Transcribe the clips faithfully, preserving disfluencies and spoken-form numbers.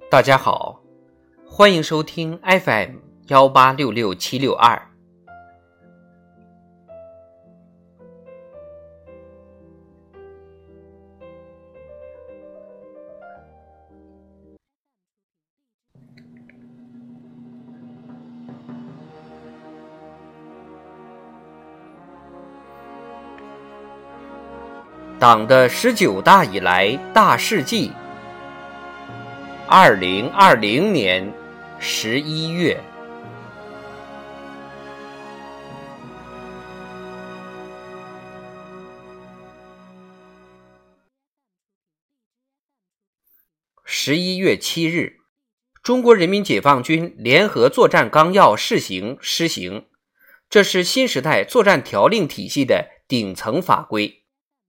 大家好，欢迎收听 F M 一八六六七六二。党的十九大以来大事记，二零二零年十一月。十一月七日，中国人民解放军联合作战纲要试行施行，这是新时代作战条令体系的顶层法规。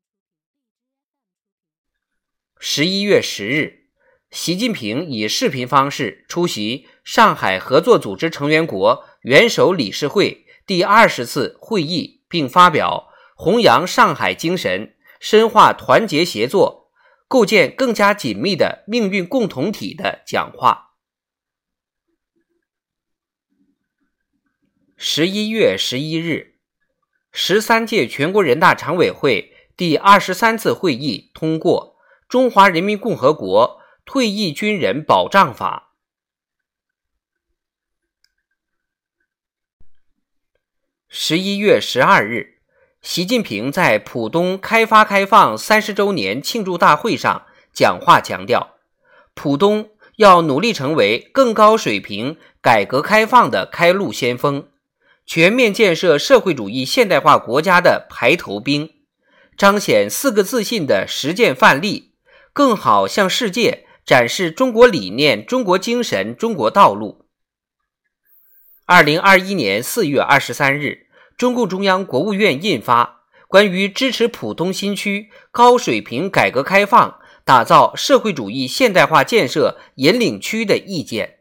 十一月十日，习近平以视频方式出席上海合作组织成员国元首理事会第二十次会议，并发表弘扬上海精神，深化团结协作，构建更加紧密的命运共同体的讲话。十一月十一日，十三届全国人大常委会第二十三次会议通过《中华人民共和国退役军人保障法》。十一月十二日，习近平在浦东开发开放三十周年庆祝大会上讲话强调，浦东要努力成为更高水平改革开放的开路先锋，全面建设社会主义现代化国家的排头兵，彰显四个自信的实践范例，更好向世界展示中国理念、中国精神、中国道路。二零二一年四月二十三日，中共中央国务院印发关于支持浦东新区高水平改革开放，打造社会主义现代化建设引领区的意见。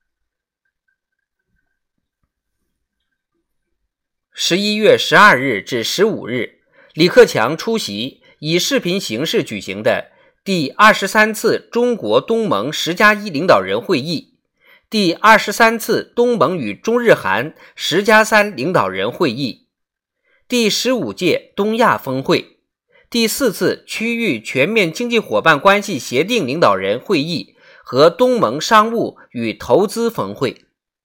十一月十二日至十五日，李克强出席以视频形式举行的第二十三次中国东盟十加一领导人会议，第二十三次东盟与中日韩十加三领导人会议，第十五届东亚峰会，第四次区域全面经济伙伴关系协定领导人会议和东盟商务与投资峰会。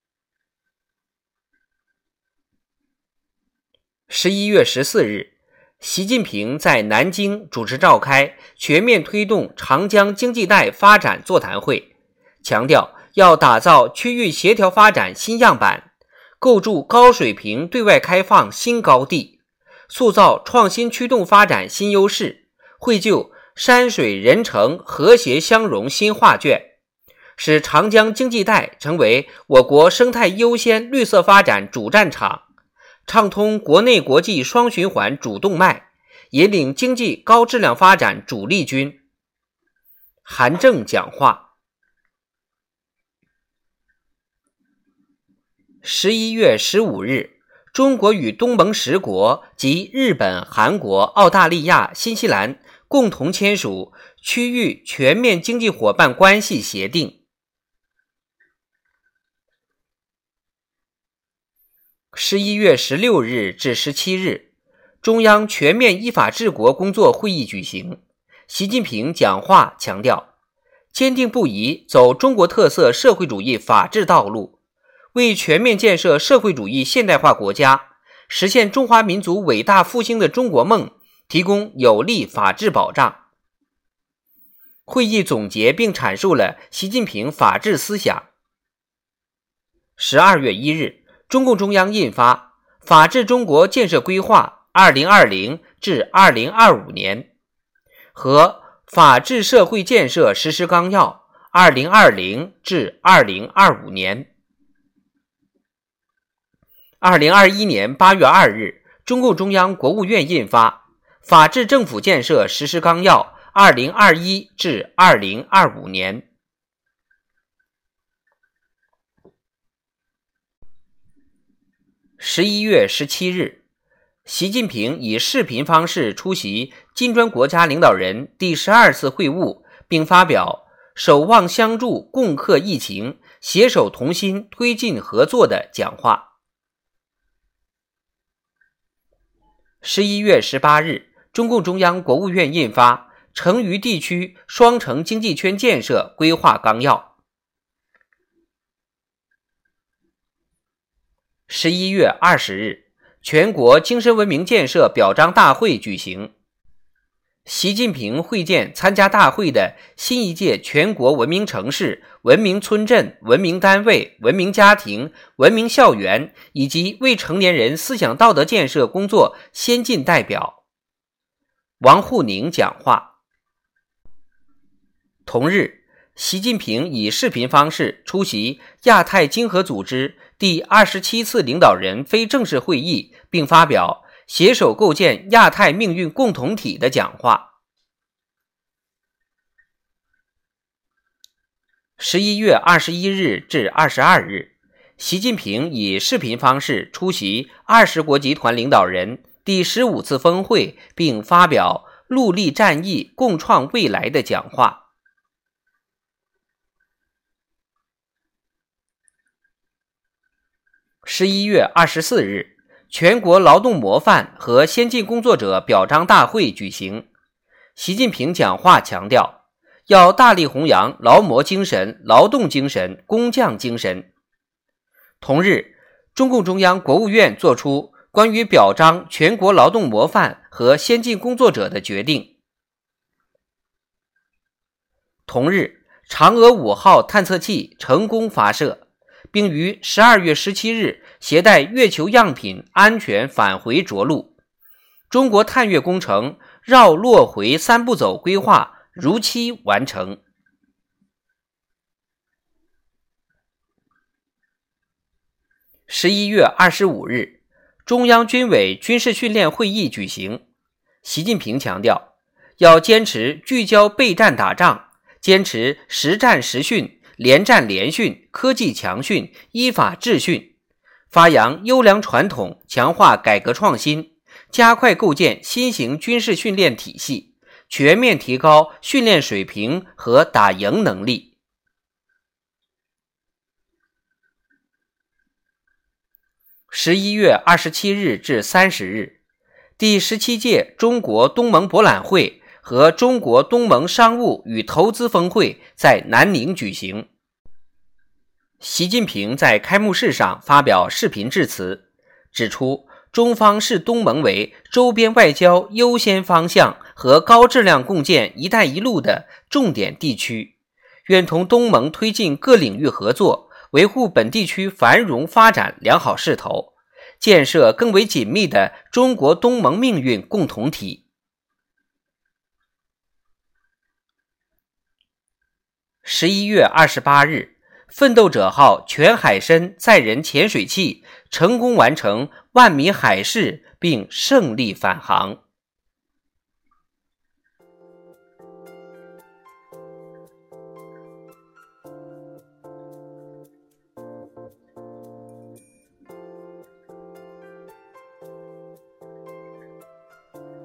十一月十四日，习近平在南京主持召开全面推动长江经济带发展座谈会，强调要打造区域协调发展新样板，构筑高水平对外开放新高地，塑造创新驱动发展新优势，绘就山水人城和谐相融新画卷，使长江经济带成为我国生态优先绿色发展主战场，畅通国内国际双循环主动脉，引领经济高质量发展主力军。韩正讲话。十一月十五日，中国与东盟十国及日本、韩国、澳大利亚、新西兰共同签署区域全面经济伙伴关系协定。十一月十六日至十七日，中央全面依法治国工作会议举行，习近平讲话强调，坚定不移走中国特色社会主义法治道路，为全面建设社会主义现代化国家，实现中华民族伟大复兴的中国梦提供有力法治保障。会议总结并阐述了习近平法治思想。十二月一日，中共中央印发《法治中国建设规划（二零二零至二零二五年）》和《法治社会建设实施纲要（二零二零至二零二五年）》。二零二一年八月二日，中共中央国务院印发《法治政府建设实施纲要（二零二一至二零二五年）》。十一月十七日，习近平以视频方式出席金砖国家领导人第十二次会晤，并发表守望相助，共克疫情，携手同心，推进合作的讲话。十一月十八日，中共中央国务院印发《成渝地区双城经济圈建设规划纲要》。十一月二十日，全国精神文明建设表彰大会举行。习近平会见参加大会的新一届全国文明城市、文明村镇、文明单位、文明家庭、文明校园以及未成年人思想道德建设工作先进代表。王沪宁讲话。同日，习近平以视频方式出席亚太经合组织第二十七次领导人非正式会议，并发表携手构建亚太命运共同体的讲话。十一月二十一日至二十二日，习近平以视频方式出席二十国集团领导人第十五次峰会，并发表戮力战役，共创未来的讲话。十一月二十四日，全国劳动模范和先进工作者表彰大会举行。习近平讲话强调，要大力弘扬劳模精神、劳动精神、工匠精神。同日，中共中央国务院作出关于表彰全国劳动模范和先进工作者的决定。同日，嫦娥五号探测器成功发射，并于十二月十七日携带月球样品安全返回着陆。中国探月工程绕落回三步走规划如期完成。十一月二十五日，中央军委军事训练会议举行。习近平强调，要坚持聚焦备战打仗，坚持实战实训、连战连训、科技强训、依法治训，发扬优良传统，强化改革创新，加快构建新型军事训练体系，全面提高训练水平和打赢能力。十一月二十七日至三十日，第十七届中国东盟博览会和中国东盟商务与投资峰会在南宁举行。习近平在开幕式上发表视频致辞，指出中方视东盟为周边外交优先方向和高质量共建“一带一路”的重点地区，愿同东盟推进各领域合作，维护本地区繁荣发展良好势头，建设更为紧密的中国东盟命运共同体。十一月二十八日，奋斗者号全海深载人潜水器成功完成万米海试并胜利返航。